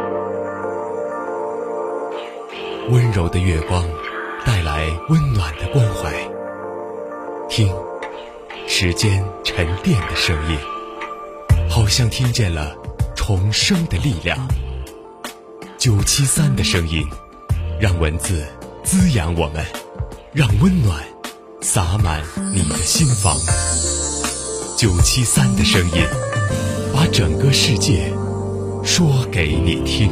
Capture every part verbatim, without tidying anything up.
温柔的月光带来温暖的关怀，听时间沉淀的声音，好像听见了重生的力量。九七三的声音，让文字滋养我们，让温暖洒满你的心房。九七三的声音，把整个世界说给你听。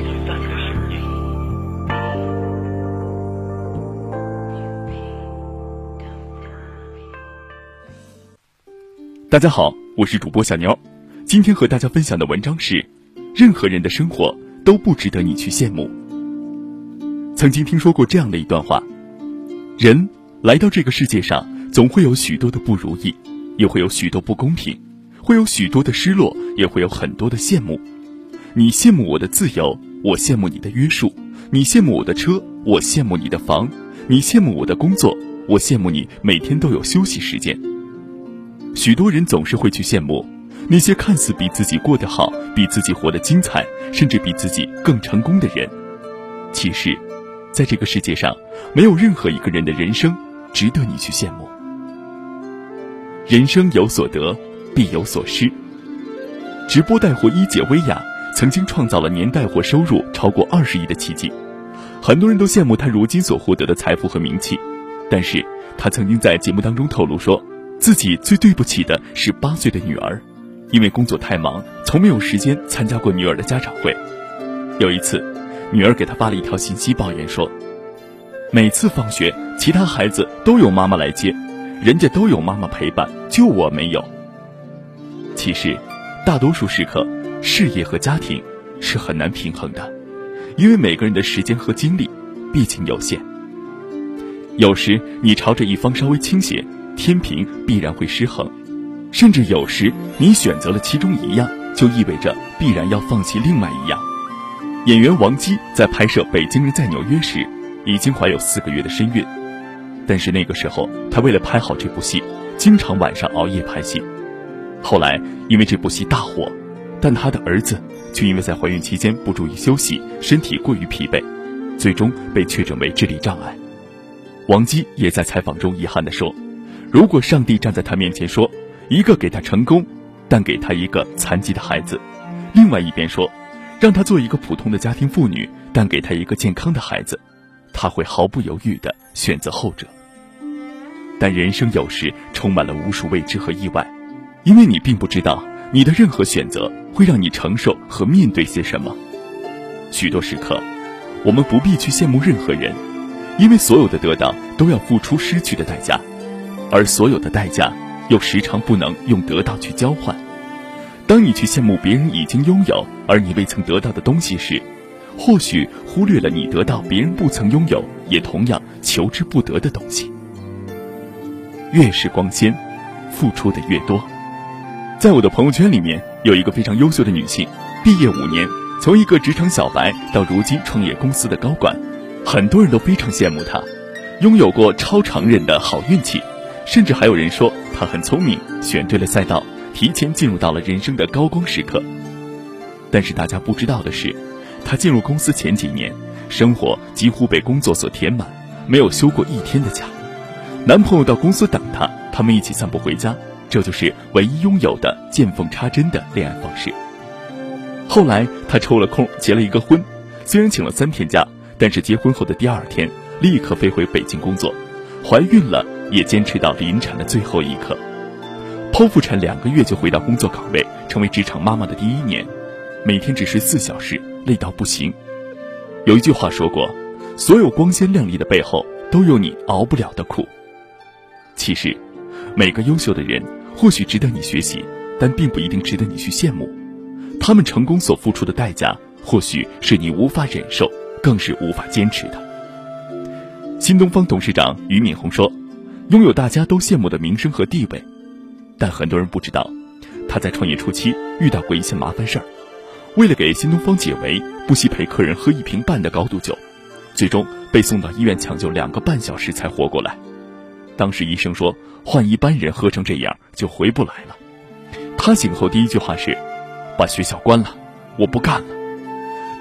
大家好，我是主播小妞，今天和大家分享的文章是：任何人的生活都不值得你去羡慕。曾经听说过这样的一段话：人来到这个世界上，总会有许多的不如意，也会有许多不公平，会有许多的失落，也会有很多的羡慕。你羡慕我的自由，我羡慕你的约束；你羡慕我的车，我羡慕你的房；你羡慕我的工作，我羡慕你每天都有休息时间。许多人总是会去羡慕那些看似比自己过得好，比自己活得精彩，甚至比自己更成功的人。其实在这个世界上，没有任何一个人的人生值得你去羡慕。人生有所得，必有所失。直播带货一姐薇娅曾经创造了年带货收入超过二十亿的奇迹，很多人都羡慕她如今所获得的财富和名气。但是她曾经在节目当中透露说，自己最对不起的是八岁的女儿，因为工作太忙，从没有时间参加过女儿的家长会。有一次，女儿给她发了一条信息，抱怨说，每次放学其他孩子都有妈妈来接，人家都有妈妈陪伴，就我没有。其实大多数时刻，事业和家庭是很难平衡的，因为每个人的时间和精力毕竟有限。有时你朝着一方稍微倾斜，天平必然会失衡，甚至有时你选择了其中一样，就意味着必然要放弃另外一样。演员王姬在拍摄《北京人在纽约》时，已经怀有四个月的身孕，但是那个时候她为了拍好这部戏，经常晚上熬夜拍戏。后来因为这部戏大火，但她的儿子却因为在怀孕期间不注意休息，身体过于疲惫，最终被确诊为智力障碍。王姬也在采访中遗憾地说，如果上帝站在他面前说，一个给他成功，但给他一个残疾的孩子，另外一边说，让他做一个普通的家庭妇女，但给他一个健康的孩子，他会毫不犹豫地选择后者。但人生有时充满了无数未知和意外，因为你并不知道你的任何选择会让你承受和面对些什么。许多时刻，我们不必去羡慕任何人，因为所有的得到都要付出失去的代价，而所有的代价又时常不能用得到去交换。当你去羡慕别人已经拥有而你未曾得到的东西时，或许忽略了你得到别人不曾拥有也同样求之不得的东西。越是光鲜，付出的越多。在我的朋友圈里面，有一个非常优秀的女性，毕业五年，从一个职场小白到如今创业公司的高管，很多人都非常羡慕她，拥有过超常人的好运气，甚至还有人说她很聪明，选对了赛道，提前进入到了人生的高光时刻。但是大家不知道的是，她进入公司前几年，生活几乎被工作所填满，没有休过一天的假。男朋友到公司等她，他们一起散步回家，这就是唯一拥有的见缝插针的恋爱方式。后来她抽了空结了一个婚，虽然请了三天假，但是结婚后的第二天立刻飞回北京工作，怀孕了也坚持到临产的最后一刻。剖腹产两个月就回到工作岗位，成为职场妈妈的第一年，每天只睡四小时，累到不行。有一句话说过，所有光鲜亮丽的背后都有你熬不了的苦。其实每个优秀的人或许值得你学习，但并不一定值得你去羡慕。他们成功所付出的代价，或许是你无法忍受，更是无法坚持的。新东方董事长俞敏洪说，拥有大家都羡慕的名声和地位，但很多人不知道，他在创业初期遇到过一些麻烦事儿。为了给新东方解围，不惜陪客人喝一瓶半的高度酒，最终被送到医院抢救两个半小时才活过来。当时医生说，换一般人喝成这样就回不来了。他醒后第一句话是，把学校关了，我不干了。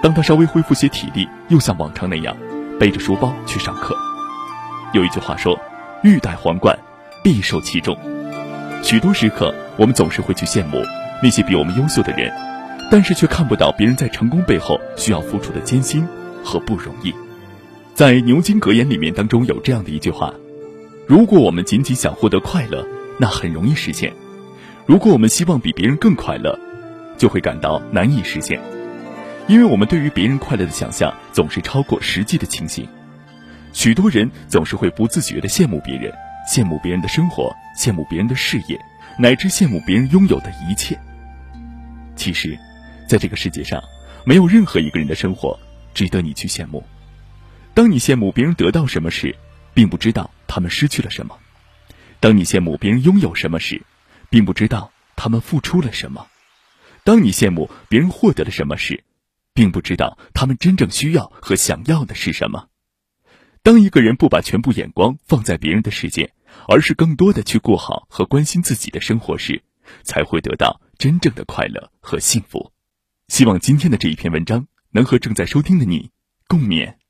当他稍微恢复些体力，又像往常那样背着书包去上课。有一句话说，欲戴皇冠，必受其重。许多时刻，我们总是会去羡慕那些比我们优秀的人，但是却看不到别人在成功背后需要付出的艰辛和不容易。在牛津格言里面当中有这样的一句话，如果我们仅仅想获得快乐，那很容易实现；如果我们希望比别人更快乐，就会感到难以实现。因为我们对于别人快乐的想象总是超过实际的情形。许多人总是会不自觉地羡慕别人，羡慕别人的生活，羡慕别人的事业，乃至羡慕别人拥有的一切。其实，在这个世界上，没有任何一个人的生活值得你去羡慕。当你羡慕别人得到什么时，并不知道他们失去了什么；当你羡慕别人拥有什么时，并不知道他们付出了什么；当你羡慕别人获得了什么时，并不知道他们真正需要和想要的是什么。当一个人不把全部眼光放在别人的世界，而是更多的去过好和关心自己的生活时，才会得到真正的快乐和幸福。希望今天的这一篇文章能和正在收听的你共勉。